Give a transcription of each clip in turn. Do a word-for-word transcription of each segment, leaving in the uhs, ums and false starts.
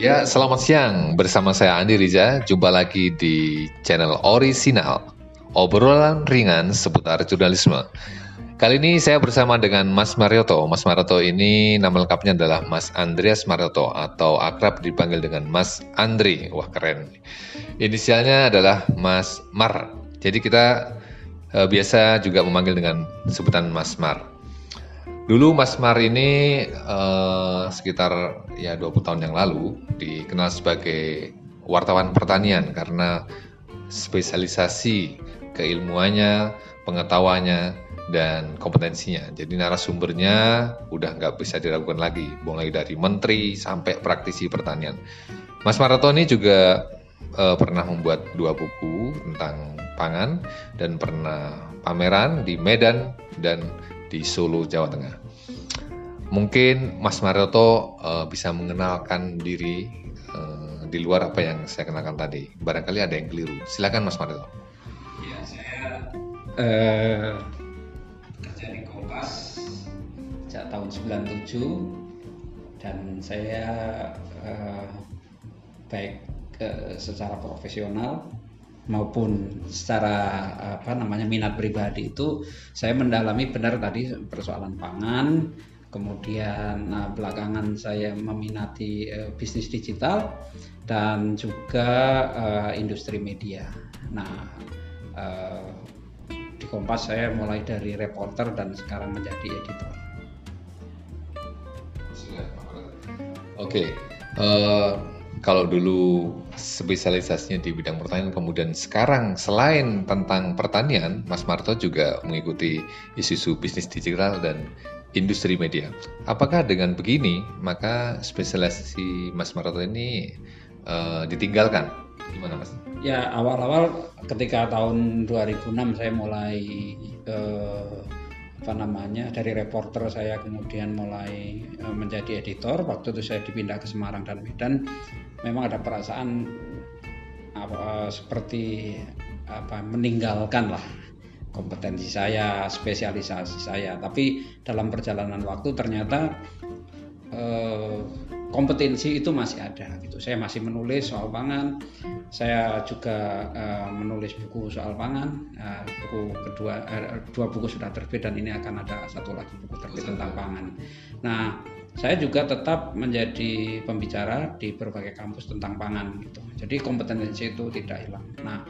Ya, selamat siang. Bersama saya Andi Riza. Jumpa lagi di channel Orisinal. Obrolan ringan seputar jurnalisme. Kali ini saya bersama dengan Mas Marioto. Mas Marioto ini nama lengkapnya adalah Mas Andreas Marioto atau akrab dipanggil dengan Mas Andri. Wah, keren. Inisialnya adalah Mas Mar. Jadi kita eh, biasa juga memanggil dengan sebutan Mas Mar. Dulu Mas Mar ini eh, sekitar ya dua puluh tahun yang lalu dikenal sebagai wartawan pertanian karena spesialisasi keilmuannya, pengetahuannya, dan kompetensinya. Jadi narasumbernya udah nggak bisa diragukan lagi, mulai dari menteri sampai praktisi pertanian. Mas Marioto ini juga eh, pernah membuat dua buku tentang pangan dan pernah pameran di Medan dan di Solo, Jawa Tengah. Mungkin Mas Marioto uh, bisa mengenalkan diri uh, di luar apa yang saya kenalkan tadi. Barangkali ada yang keliru. Silakan Mas Marioto. Ya, saya uh, kerja di Kompas sejak tahun sembilan puluh tujuh dan saya uh, baik uh, secara profesional maupun secara apa namanya minat pribadi itu saya mendalami benar tadi persoalan pangan, kemudian nah, belakangan saya meminati uh, bisnis digital dan juga uh, industri media. Nah uh, di Kompas saya mulai dari reporter dan sekarang menjadi editor. Oke. Okay. Uh... Kalau dulu spesialisasinya di bidang pertanian, kemudian sekarang selain tentang pertanian, Mas Marioto juga mengikuti isu-isu bisnis digital dan industri media. Apakah dengan begini, maka spesialisasi Mas Marioto ini uh, ditinggalkan? Gimana Mas? Ya, awal-awal ketika tahun dua ribu enam saya mulai uh, apa namanya dari reporter saya kemudian mulai uh, menjadi editor. Waktu itu saya dipindah ke Semarang dan Medan. Memang ada perasaan apa, seperti apa meninggalkan lah kompetensi saya, spesialisasi saya. Tapi dalam perjalanan waktu ternyata eh, kompetensi itu masih ada. Gitu. Saya masih menulis soal pangan. Saya juga eh, menulis buku soal pangan. Eh, buku kedua, eh, dua buku sudah terbit dan ini akan ada satu lagi buku terbit tentang pangan. Nah. Saya juga tetap menjadi pembicara di berbagai kampus tentang pangan gitu. Jadi kompetensi itu tidak hilang. Nah,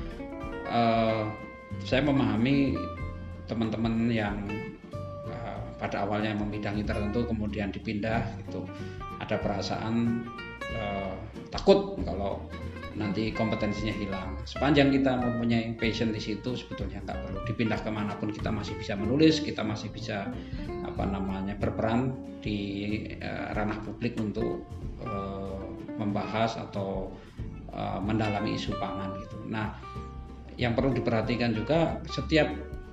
eh, saya memahami teman-teman yang eh, pada awalnya memidangi tertentu kemudian dipindah gitu. Ada perasaan eh, takut kalau nanti kompetensinya hilang. Sepanjang kita mempunyai passion di situ sebetulnya nggak perlu dipindah kemanapun, kita masih bisa menulis, kita masih bisa apa namanya berperan di uh, ranah publik untuk uh, membahas atau uh, mendalami isu pangan gitu. Nah, yang perlu diperhatikan juga setiap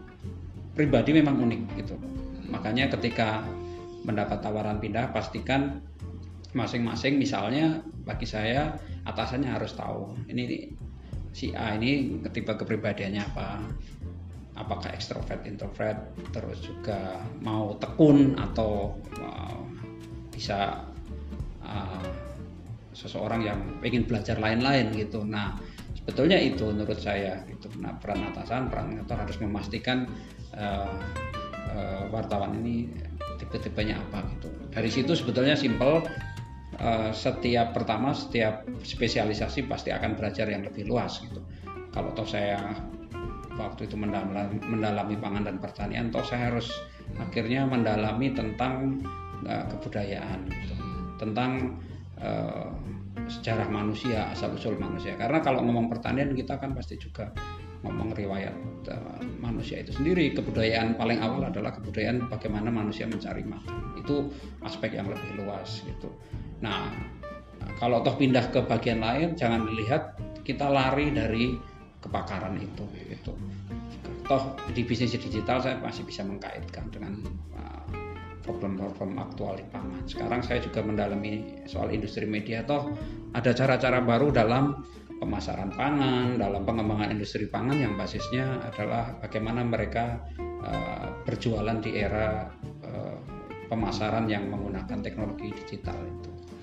pribadi memang unik gitu. Makanya ketika mendapat tawaran pindah pastikan masing-masing, misalnya bagi saya atasannya harus tahu ini si A ini tipe kepribadiannya apa, apakah ekstrovert, introvert, terus juga mau tekun atau uh, bisa uh, seseorang yang ingin belajar lain-lain gitu. Nah sebetulnya itu menurut saya gitu. Nah peran atasan, peran editor harus memastikan uh, uh, wartawan ini tipe-tipenya apa gitu. Dari situ sebetulnya simpel. Uh, setiap pertama setiap spesialisasi pasti akan belajar yang lebih luas gitu. Kalau toh saya waktu itu mendalami, mendalami pangan dan pertanian, toh saya harus akhirnya mendalami tentang uh, kebudayaan gitu. Tentang uh, sejarah manusia, asal usul manusia. Karena kalau ngomong pertanian kita kan pasti juga ngomong riwayat uh, manusia itu sendiri. Kebudayaan paling awal adalah kebudayaan bagaimana manusia mencari makan. Itu aspek yang lebih luas gitu. Nah, kalau toh pindah ke bagian lain, jangan dilihat kita lari dari kepakaran itu. Gitu. Toh di bisnis digital saya masih bisa mengkaitkan dengan uh, problem-problem aktual di pangan. Sekarang saya juga mendalami soal industri media. Toh ada cara-cara baru dalam pemasaran pangan, dalam pengembangan industri pangan yang basisnya adalah bagaimana mereka uh, berjualan di era uh, pemasaran yang menggunakan teknologi digital itu.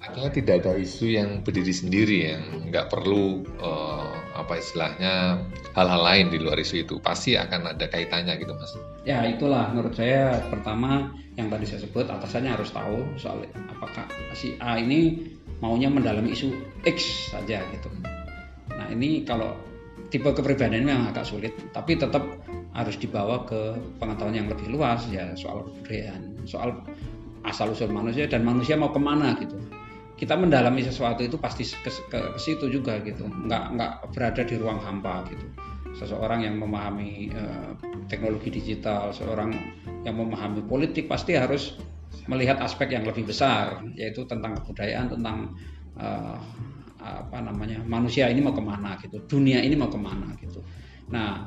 Artinya tidak ada isu yang berdiri sendiri, yang nggak perlu uh, apa istilahnya hal-hal lain di luar isu itu, pasti akan ada kaitannya gitu Mas. Ya itulah menurut saya, pertama yang tadi saya sebut, atasannya harus tahu soal apakah si A ini maunya mendalami isu X saja gitu. Nah ini kalau tipe kepribadian memang agak sulit, tapi tetap harus dibawa ke pengetahuan yang lebih luas ya, soal kebudayaan, soal asal usul manusia dan manusia mau kemana gitu. Kita mendalami sesuatu itu pasti ke, ke, ke situ juga gitu, nggak nggak berada di ruang hampa gitu. Seseorang yang memahami uh, teknologi digital, seorang yang memahami politik pasti harus melihat aspek yang lebih besar, yaitu tentang kebudayaan, tentang uh, apa namanya manusia ini mau kemana gitu, dunia ini mau kemana gitu. Nah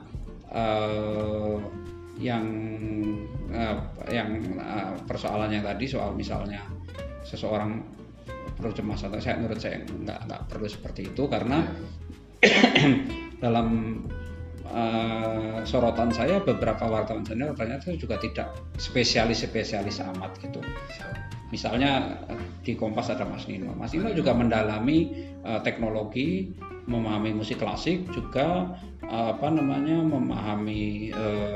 uh, yang uh, yang uh, persoalan yang tadi soal misalnya seseorang perlu cemas atau saya menurut saya nggak nggak perlu seperti itu, karena dalam uh, sorotan saya beberapa wartawan senior ternyata juga tidak spesialis spesialis amat gitu. Misalnya di Kompas ada Mas Nino, Mas Nino juga mendalami uh, teknologi, memahami musik klasik, juga uh, apa namanya memahami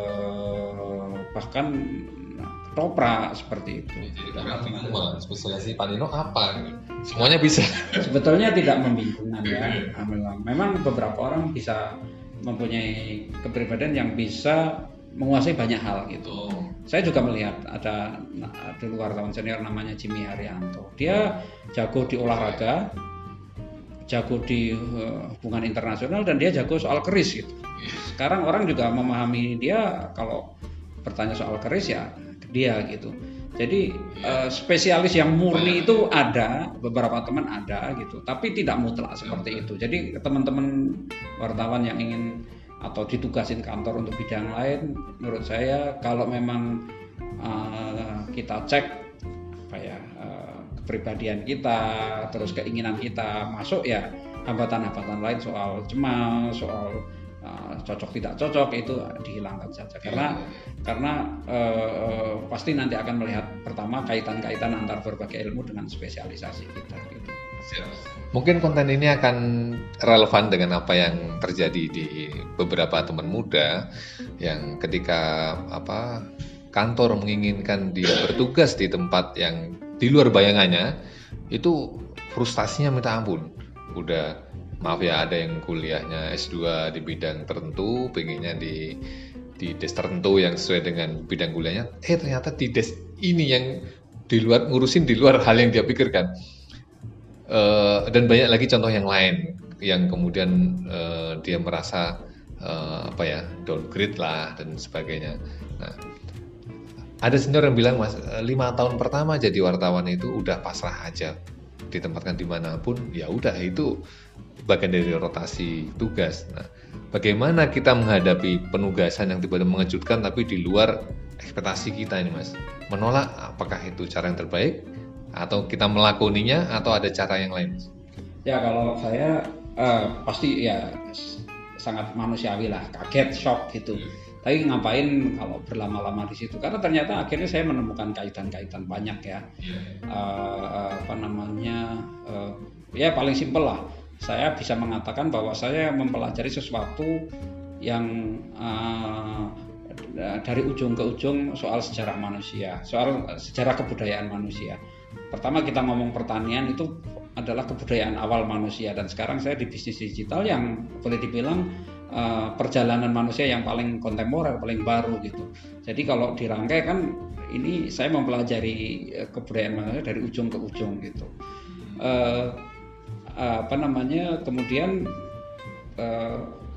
uh, bahkan toprak seperti itu. Jadi karena spesialisasi Pak Nino apa? Semuanya bisa. Sebetulnya tidak membingungkan ya. Memang beberapa orang bisa mempunyai kepribadian yang bisa menguasai banyak hal gitu. Oh. Saya juga melihat ada dulu wartawan senior namanya Jimmy Haryanto. Dia jago di olahraga, jago di hubungan internasional, dan dia jago soal keris gitu. Sekarang orang juga memahami dia kalau bertanya soal keris ya dia gitu. Jadi uh, spesialis yang murni itu ada, beberapa teman ada gitu, tapi tidak mutlak seperti itu. Jadi teman-teman wartawan yang ingin atau ditugasin kantor untuk bidang lain, menurut saya kalau memang uh, kita cek apa ya uh, kepribadian kita, terus keinginan kita masuk ya, hambatan-hambatan lain soal cemas, soal Uh, cocok tidak cocok itu dihilangkan saja, karena yeah. karena uh, pasti nanti akan melihat pertama kaitan-kaitan antar berbagai ilmu dengan spesialisasi kita gitu. Mungkin konten ini akan relevan dengan apa yang terjadi di beberapa teman muda yang ketika apa kantor menginginkan dia bertugas di tempat yang di luar bayangannya, itu frustasinya minta ampun. Udah maaf ya, ada yang kuliahnya S dua di bidang tertentu, pengennya di di des tertentu yang sesuai dengan bidang kuliahnya, eh ternyata di des ini yang di luar, ngurusin di luar hal yang dia pikirkan. Uh, dan banyak lagi contoh yang lain yang kemudian uh, dia merasa uh, apa ya downgrade lah dan sebagainya. Nah, ada senior yang bilang, Mas, lima tahun pertama jadi wartawan itu udah pasrah aja, ditempatkan dimanapun ya udah, itu bagian dari rotasi tugas. Nah, bagaimana kita menghadapi penugasan yang tiba-tiba mengejutkan tapi di luar ekspektasi kita ini, Mas? Menolak, apakah itu cara yang terbaik atau kita melakoninya atau ada cara yang lain? Ya kalau saya uh, pasti ya sangat manusiawi lah, kaget, shock gitu. Hmm. Tapi ngapain kalau berlama-lama di situ? Karena ternyata akhirnya saya menemukan kaitan-kaitan banyak ya. Uh, apa namanya? Uh, ya paling simpel lah. Saya bisa mengatakan bahwa saya mempelajari sesuatu yang uh, dari ujung ke ujung soal sejarah manusia, soal sejarah kebudayaan manusia. Pertama kita ngomong pertanian itu adalah kebudayaan awal manusia, dan sekarang saya di bisnis digital yang boleh dibilang uh, perjalanan manusia yang paling kontemporer, paling baru gitu. Jadi kalau dirangkai kan ini saya mempelajari kebudayaan manusia dari ujung ke ujung gitu. Uh, apa namanya kemudian uh,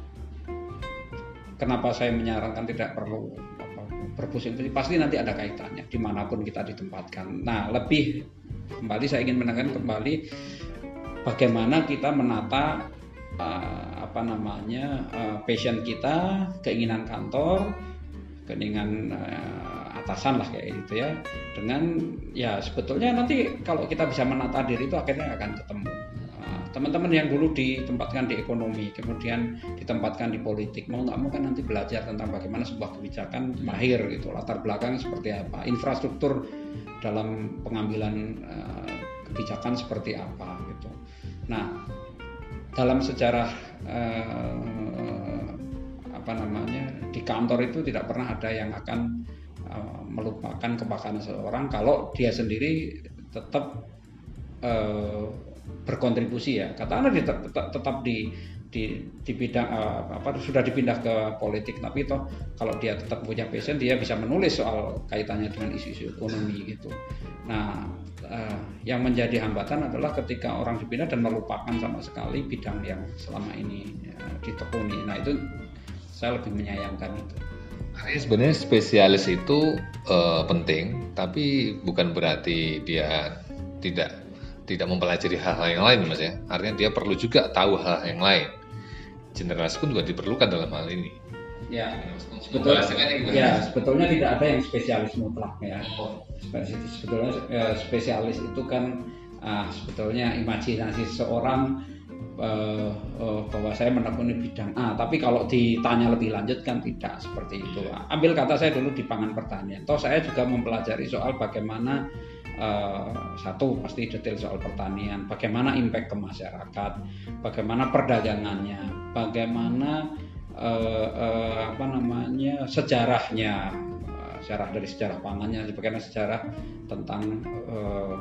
kenapa saya menyarankan tidak perlu apa, berpusing, pasti nanti ada kaitannya dimanapun kita ditempatkan. Nah lebih kembali saya ingin menekan kembali bagaimana kita menata uh, apa namanya uh, passion kita, keinginan kantor, keinginan uh, atasan lah kayak gitu ya, dengan ya sebetulnya nanti kalau kita bisa menata diri itu akhirnya akan ketemu. Teman-teman yang dulu ditempatkan di ekonomi, kemudian ditempatkan di politik, mau nggak mau kan nanti belajar tentang bagaimana sebuah kebijakan lahir gitu, latar belakang seperti apa, infrastruktur dalam pengambilan uh, kebijakan seperti apa gitu. Nah, dalam sejarah eh, apa namanya di kantor itu tidak pernah ada yang akan uh, melupakan kebakaran seseorang kalau dia sendiri tetap uh, berkontribusi ya. Katakanlah dia tetap, tetap, tetap di di di bidang uh, apa sudah dipindah ke politik, tapi toh kalau dia tetap punya passion, dia bisa menulis soal kaitannya dengan isu-isu ekonomi gitu. Nah, uh, yang menjadi hambatan adalah ketika orang dipindah dan melupakan sama sekali bidang yang selama ini uh, ditekuni. Nah, itu saya lebih menyayangkan itu. Artinya sebenarnya spesialis itu uh, penting, tapi bukan berarti dia tidak tidak mempelajari hal-hal yang lain, Mas ya. Artinya dia perlu juga tahu hal yang lain. Generalis pun juga diperlukan dalam hal ini. Ya, sebetulnya, ya, sebetulnya tidak ada yang spesialis mutlak ya. Sebetulnya ya, spesialis itu kan uh, sebetulnya imajinasi seseorang Uh, uh, bahwa saya menekuni bidang A, tapi kalau ditanya lebih lanjut kan tidak seperti itu. Ambil kata saya dulu di pangan pertanian, toh saya juga mempelajari soal bagaimana uh, satu pasti detail soal pertanian, bagaimana impact ke masyarakat, bagaimana perdagangannya, bagaimana uh, uh, apa namanya sejarahnya, uh, sejarah dari sejarah pangannya, bagaimana sejarah tentang uh,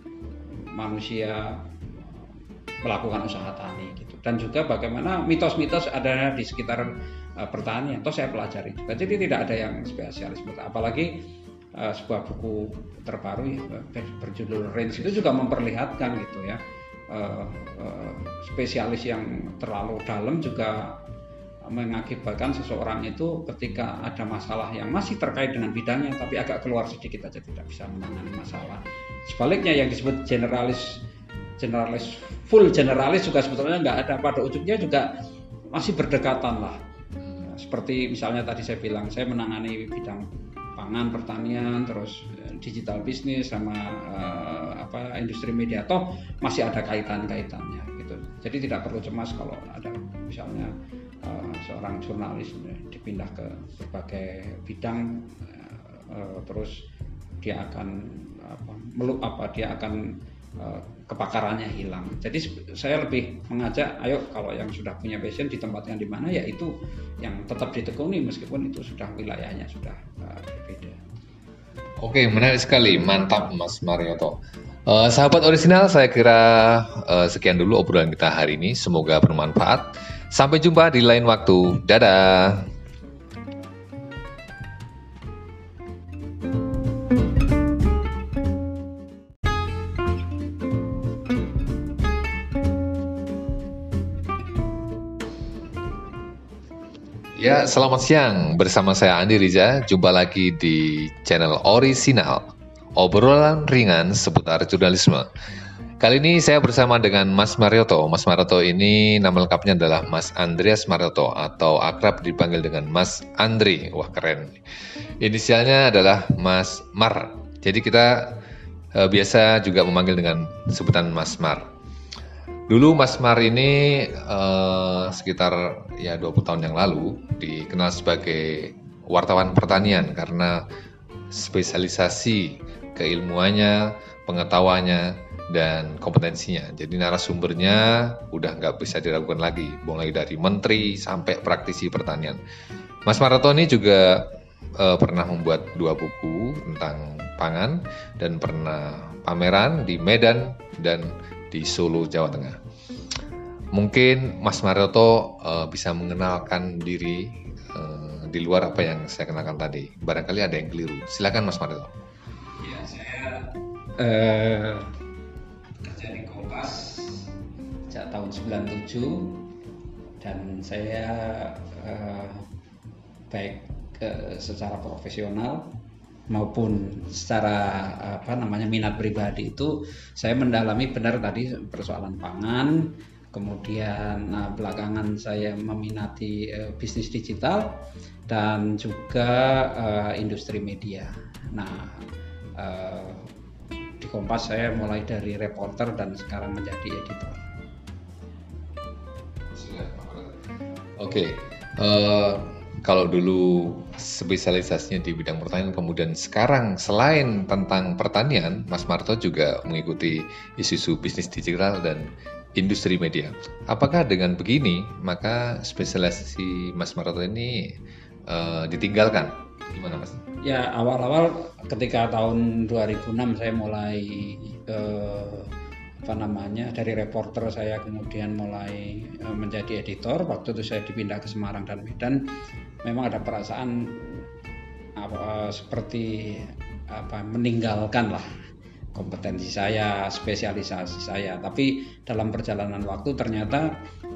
manusia melakukan usaha tani gitu, dan juga bagaimana mitos-mitos ada di sekitar uh, pertanian. Toh saya pelajari juga, jadi tidak ada yang spesialis. Apalagi uh, sebuah buku terbaru ya, berjudul Range itu juga memperlihatkan gitu ya, uh, uh, spesialis yang terlalu dalam juga mengakibatkan seseorang itu ketika ada masalah yang masih terkait dengan bidangnya tapi agak keluar sedikit aja tidak bisa menangani masalah. Sebaliknya yang disebut generalis generalis full generalis juga sebetulnya nggak ada, pada ujungnya juga masih berdekatan lah. Seperti misalnya tadi saya bilang, saya menangani bidang pangan, pertanian, terus digital bisnis sama uh, apa industri media, toh masih ada kaitan-kaitannya gitu. Jadi tidak perlu cemas kalau ada misalnya uh, seorang jurnalis dipindah ke berbagai bidang, uh, terus dia akan apa, meluk apa dia akan uh, kepakarannya hilang. Jadi saya lebih mengajak, ayo kalau yang sudah punya passion ditempatkan di mana, ya itu yang tetap ditekuni meskipun itu sudah wilayahnya sudah uh, berbeda. Oke, menarik sekali, mantap Mas Marioto. Uh, sahabat orisinal, saya kira uh, sekian dulu obrolan kita hari ini. Semoga bermanfaat. Sampai jumpa di lain waktu. Dadah. Ya, selamat siang. Bersama saya Andi Riza. Jumpa lagi di channel Orisinal, obrolan ringan seputar jurnalisme. Kali ini saya bersama dengan Mas Marioto. Mas Marioto ini nama lengkapnya adalah Mas Andreas Marioto atau akrab dipanggil dengan Mas Andri. Wah, keren. Inisialnya adalah Mas Mar. Jadi kita eh, biasa juga memanggil dengan sebutan Mas Mar. Dulu Mas Mar ini uh, sekitar ya dua puluh tahun yang lalu dikenal sebagai wartawan pertanian karena spesialisasi keilmuannya, pengetahuannya, dan kompetensinya. Jadi narasumbernya udah nggak bisa diragukan lagi, mulai dari menteri sampai praktisi pertanian. Mas Marioto ini juga uh, pernah membuat dua buku tentang pangan dan pernah pameran di Medan dan di Solo, Jawa Tengah. Mungkin Mas Marioto uh, bisa mengenalkan diri uh, di luar apa yang saya kenalkan tadi. Barangkali ada yang keliru. Silakan Mas Marioto. Ya, saya uh, kerja di Kompas sejak tahun sembilan puluh tujuh dan saya uh, baik uh, secara profesional maupun secara apa namanya minat pribadi itu saya mendalami benar tadi persoalan pangan, kemudian nah, belakangan saya meminati uh, bisnis digital dan juga uh, industri media. Nah uh, di Kompas saya mulai dari reporter dan sekarang menjadi editor. Oke, okay. uh, kalau dulu spesialisasinya di bidang pertanian, kemudian sekarang selain tentang pertanian, Mas Marto juga mengikuti isu-isu bisnis digital dan industri media. Apakah dengan begini, maka spesialisasi Mas Marto ini uh, ditinggalkan? Gimana Mas? Ya, awal-awal ketika tahun dua ribu enam saya mulai uh, apa namanya dari reporter saya kemudian mulai uh, menjadi editor. Waktu itu saya dipindah ke Semarang dan Medan. Memang ada perasaan apa, seperti apa meninggalkan lah kompetensi saya, spesialisasi saya. Tapi dalam perjalanan waktu ternyata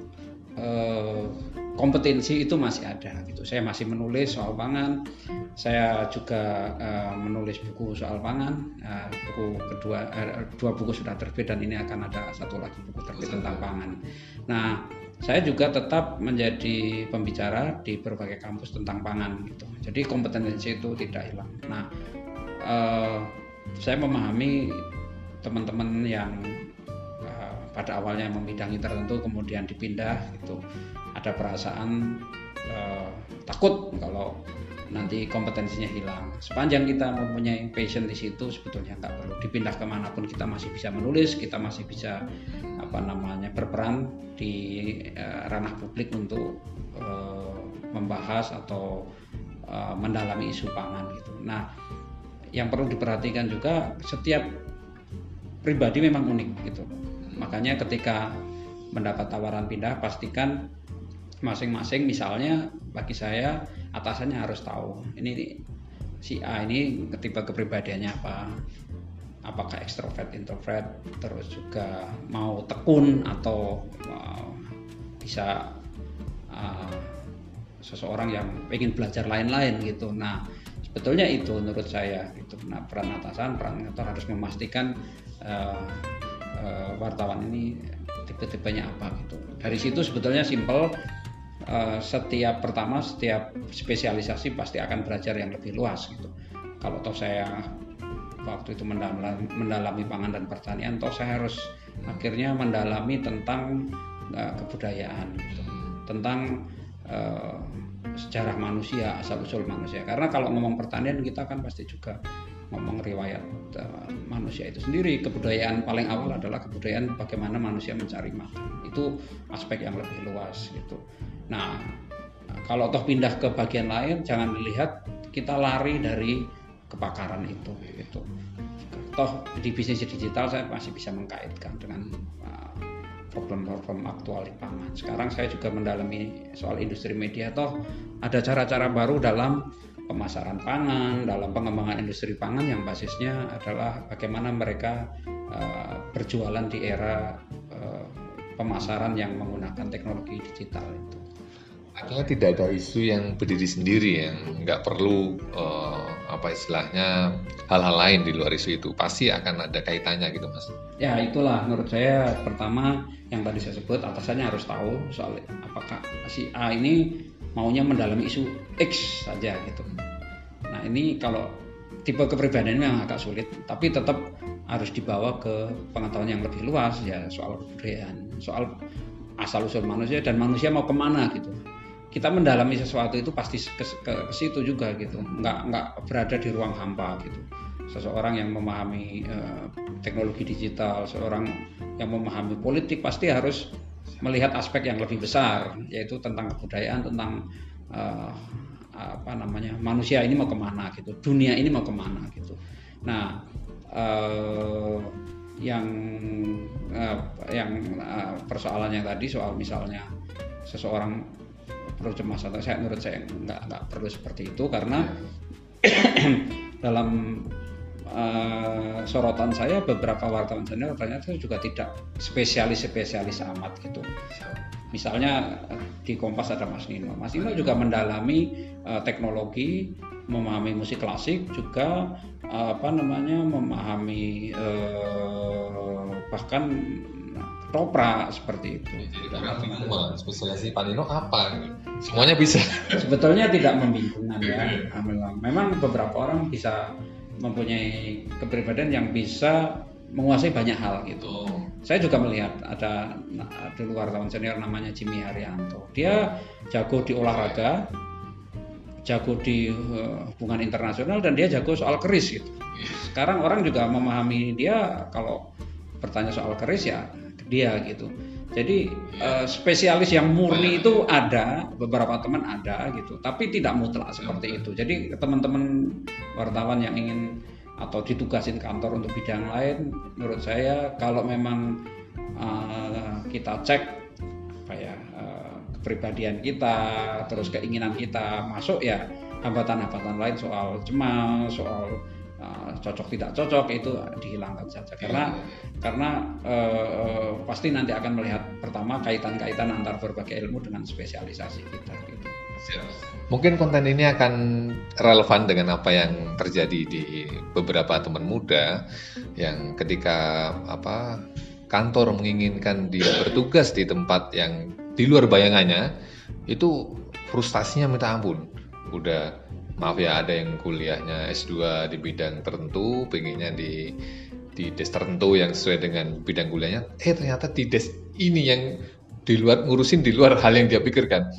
eh, kompetensi itu masih ada. Gitu. Saya masih menulis soal pangan. Saya juga eh, menulis buku soal pangan. Eh, buku kedua, eh, dua buku sudah terbit dan ini akan ada satu lagi buku terbit tentang pangan. Nah, saya juga tetap menjadi pembicara di berbagai kampus tentang pangan gitu. Jadi kompetensi itu tidak hilang. Nah, eh, saya memahami teman-teman yang uh, pada awalnya membidangi tertentu kemudian dipindah gitu. Ada perasaan uh, takut kalau nanti kompetensinya hilang. Sepanjang kita mempunyai passion di situ sebetulnya nggak perlu dipindah kemanapun, kita masih bisa menulis, kita masih bisa apa namanya berperan di uh, ranah publik untuk uh, membahas atau uh, mendalami isu pangan gitu. Nah, yang perlu diperhatikan juga setiap pribadi memang unik gitu. Makanya ketika mendapat tawaran pindah pastikan masing-masing, misalnya bagi saya atasannya harus tahu ini si A ini tipe kepribadiannya apa, apakah ekstrovert, introvert, terus juga mau tekun atau uh, bisa uh, seseorang yang ingin belajar lain-lain gitu. Nah, sebetulnya itu menurut saya gitu. Nah, peran atasan, peran editor harus memastikan uh, uh, wartawan ini tipe-tipenya apa gitu. Dari situ sebetulnya simpel. Uh, setiap pertama setiap spesialisasi pasti akan belajar yang lebih luas gitu. Kalau toh saya waktu itu mendalami, mendalami pangan dan pertanian, toh saya harus akhirnya mendalami tentang uh, kebudayaan gitu. Tentang uh, sejarah manusia, asal usul manusia. Karena kalau ngomong pertanian kita kan pasti juga ngomong riwayat uh, manusia itu sendiri. Kebudayaan paling awal adalah kebudayaan bagaimana manusia mencari makan. Itu aspek yang lebih luas gitu. Nah, kalau toh pindah ke bagian lain, jangan dilihat kita lari dari kepakaran itu gitu. Toh di bisnis digital saya masih bisa mengkaitkan dengan uh, problem-problem aktual di pangan. Sekarang saya juga mendalami soal industri media, toh ada cara-cara baru dalam pemasaran pangan, dalam pengembangan industri pangan yang basisnya adalah bagaimana mereka uh, berjualan di era uh, pemasaran yang menggunakan teknologi digital itu. Artinya tidak ada isu yang berdiri sendiri, yang nggak perlu uh, apa istilahnya hal-hal lain di luar isu itu, pasti akan ada kaitannya gitu Mas. Ya itulah menurut saya pertama yang tadi saya sebut, atasannya harus tahu soal apakah si A ini maunya mendalami isu X saja gitu. Nah ini kalau tipe kepribadian memang agak sulit, tapi tetap harus dibawa ke pengetahuan yang lebih luas ya soal kebudayaan, soal asal usul manusia dan manusia mau kemana gitu. Kita mendalami sesuatu itu pasti ke, ke, ke situ juga gitu, nggak nggak berada di ruang hampa gitu. Seseorang yang memahami uh, teknologi digital, seorang yang memahami politik pasti harus melihat aspek yang lebih besar, yaitu tentang kebudayaan, tentang uh, apa namanya manusia ini mau kemana gitu, dunia ini mau kemana gitu. Nah, uh, yang uh, yang uh, persoalan yang tadi soal misalnya seseorang perlu cemas atau saya menurut saya nggak nggak perlu seperti itu karena dalam uh, sorotan saya beberapa wartawan senior ternyata juga tidak spesialis spesialis amat gitu. Misalnya di Kompas ada Mas Nino. Mas Nino juga mendalami uh, teknologi, memahami musik klasik, juga uh, apa namanya memahami uh, bahkan toprak seperti itu. Jadi karena bingung spesialisasi Pak Nino apa? Semuanya bisa. Sebetulnya tidak membingungkan ya. Memang beberapa orang bisa mempunyai kepribadian yang bisa menguasai banyak hal gitu. Oh. Saya juga melihat ada dulu wartawan senior namanya Jimmy Haryanto. Dia jago di olahraga, jago di uh, hubungan internasional dan dia jago soal keris gitu. Sekarang orang juga memahami dia kalau bertanya soal keris ya dia gitu. Jadi uh, spesialis yang murni itu ada, beberapa teman ada gitu, tapi tidak mutlak seperti itu. Jadi teman-teman wartawan yang ingin atau ditugasin kantor untuk bidang lain, menurut saya kalau memang uh, kita cek apa ya uh, kepribadian kita, terus keinginan kita masuk ya hambatan-hambatan lain soal cemas, soal Uh, cocok tidak cocok itu dihilangkan saja karena yeah. karena uh, pasti nanti akan melihat pertama kaitan-kaitan antar berbagai ilmu dengan spesialisasi kita gitu. Mungkin konten ini akan relevan dengan apa yang terjadi di beberapa teman muda yang ketika apa kantor menginginkan dia bertugas di tempat yang di luar bayangannya itu frustasinya minta ampun. Udah maaf ya, ada yang kuliahnya S dua di bidang tertentu, pengennya di di des tertentu yang sesuai dengan bidang kuliahnya, eh ternyata di des ini yang di luar ngurusin di luar hal yang dia pikirkan.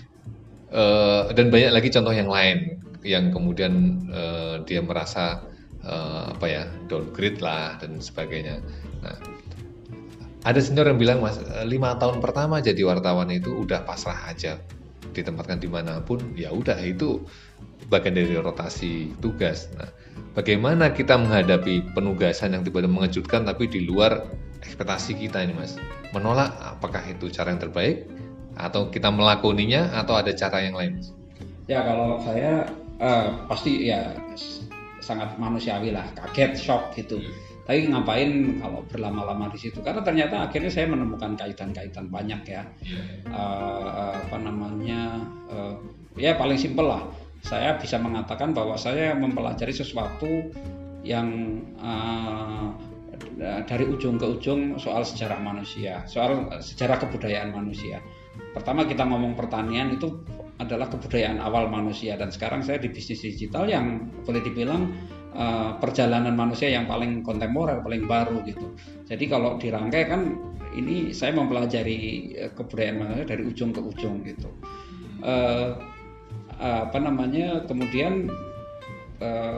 Uh, dan banyak lagi contoh yang lain yang kemudian uh, dia merasa uh, apa ya downgrade lah dan sebagainya. Nah, ada senior yang bilang mas lima tahun pertama jadi wartawan itu udah pasrah aja, ditempatkan dimanapun ya udah itu bagian dari rotasi tugas. Nah, bagaimana kita menghadapi penugasan yang tiba-tiba mengejutkan tapi di luar ekspektasi kita ini mas? Menolak, apakah itu cara yang terbaik? Atau kita melakoninya atau ada cara yang lain? Ya kalau saya uh, pasti ya sangat manusiawi lah, kaget, shock gitu. Hmm. Tapi ngapain kalau berlama-lama di situ? Karena ternyata akhirnya saya menemukan kaitan-kaitan banyak ya. Uh, apa namanya? Uh, ya paling simpel lah. Saya bisa mengatakan bahwa saya mempelajari sesuatu yang uh, dari ujung ke ujung soal sejarah manusia, soal sejarah kebudayaan manusia. Pertama kita ngomong pertanian itu adalah kebudayaan awal manusia dan sekarang saya di bisnis digital yang boleh dibilang uh, perjalanan manusia yang paling kontemporer, paling baru gitu. Jadi kalau dirangkai kan ini saya mempelajari kebudayaan manusia dari ujung ke ujung gitu. Uh, apa namanya kemudian eh,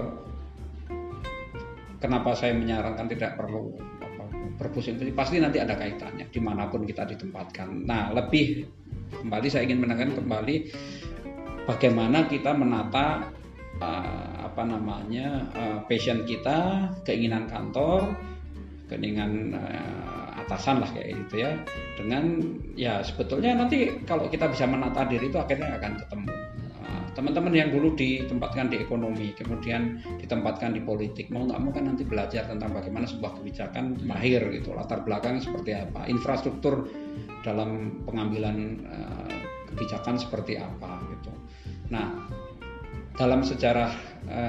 kenapa saya menyarankan tidak perlu apa, berpusing pasti nanti ada kaitannya dimanapun kita ditempatkan. Nah lebih kembali saya ingin menekankan kembali bagaimana kita menata uh, apa namanya uh, passion kita, keinginan kantor, keinginan uh, atasan lah kayak gitu ya. Dengan ya sebetulnya nanti kalau kita bisa menata diri itu akhirnya akan ketemu. Teman-teman yang dulu ditempatkan di ekonomi, kemudian ditempatkan di politik, mau nggak mau kan nanti belajar tentang bagaimana sebuah kebijakan lahir gitu, latar belakang seperti apa, infrastruktur dalam pengambilan uh, kebijakan seperti apa gitu. Nah, dalam sejarah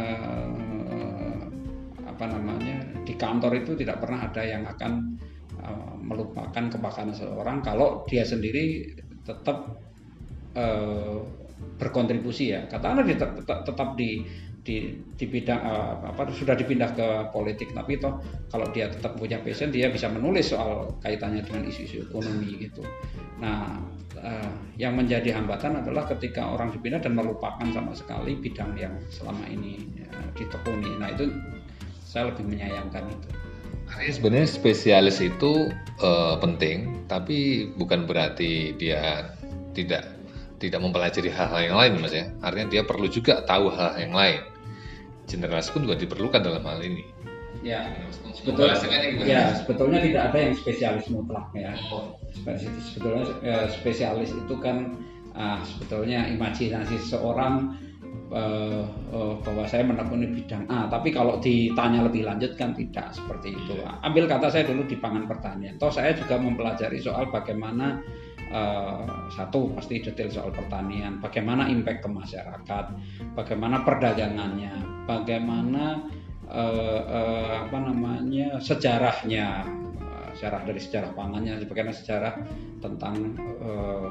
uh, apa namanya di kantor itu tidak pernah ada yang akan uh, melupakan kebakaran seseorang kalau dia sendiri tetap uh, berkontribusi ya, katakanlah dia tetap, tetap, tetap di di di bidang uh, apa sudah dipindah ke politik, tapi toh kalau dia tetap punya passion dia bisa menulis soal kaitannya dengan isu-isu ekonomi gitu. Nah, uh, yang menjadi hambatan adalah ketika orang dipindah dan melupakan sama sekali bidang yang selama ini uh, ditekuni. Nah itu saya lebih menyayangkan itu. Artinya sebenarnya spesialis itu uh, penting, tapi bukan berarti dia tidak tidak mempelajari hal-hal yang lain mas ya. Artinya dia perlu juga tahu hal-hal yang lain. Generalis pun juga diperlukan dalam hal ini. Ya, sebetulnya, ya, sebetulnya tidak ada yang spesialis mutlak ya. Sebetulnya ya, spesialis itu kan ah, sebetulnya imajinasi seseorang uh, uh, bahwa saya menekuni bidang A. Tapi kalau ditanya lebih lanjut kan tidak seperti itu. Ambil kata saya dulu di pangan pertanian. Toh saya juga mempelajari soal bagaimana Uh, satu pasti detail soal pertanian, bagaimana impact ke masyarakat, bagaimana perdagangannya, bagaimana uh, uh, apa namanya sejarahnya, uh, sejarah dari sejarah pangannya, bagaimana sejarah tentang uh,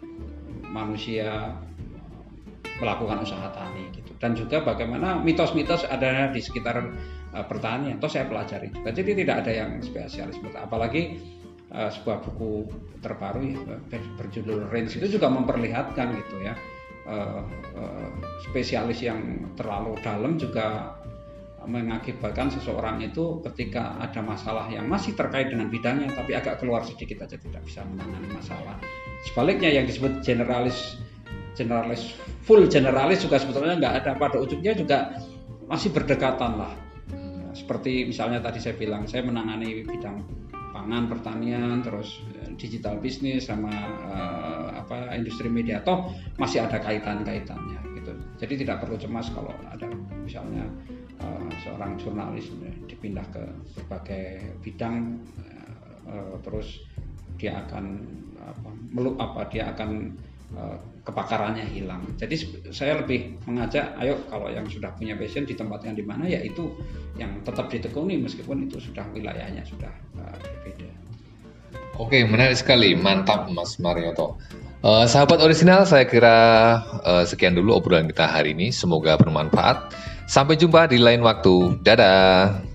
manusia melakukan usaha tani gitu, dan juga bagaimana mitos-mitos ada di sekitar uh, pertanian. Toh saya pelajari juga, jadi tidak ada yang spesialis, apalagi uh, sebuah buku terbaru ya, berjudul Range itu juga memperlihatkan gitu ya uh, uh, spesialis yang terlalu dalam juga mengakibatkan seseorang itu ketika ada masalah yang masih terkait dengan bidangnya tapi agak keluar sedikit aja tidak bisa menangani masalah. Sebaliknya yang disebut generalis generalis full generalis juga sebetulnya nggak ada, pada ujungnya juga masih berdekatan lah. Seperti misalnya tadi saya bilang saya menangani bidang pangan, pertanian, terus digital bisnis sama uh, apa industri media, toh masih ada kaitan-kaitannya gitu. Jadi tidak perlu cemas kalau ada misalnya Uh, seorang jurnalis dipindah ke berbagai bidang, uh, terus dia akan apa, meluk apa dia akan uh, kepakarannya hilang. Jadi saya lebih mengajak, ayo kalau yang sudah punya passion ditempatkan di mana, ya itu yang tetap ditekuni meskipun itu sudah wilayahnya sudah uh, berbeda. Oke, menarik sekali, mantap Mas Marioto. Uh, sahabat orisinal, saya kira uh, sekian dulu obrolan kita hari ini. Semoga bermanfaat. Sampai jumpa di lain waktu. Dadah.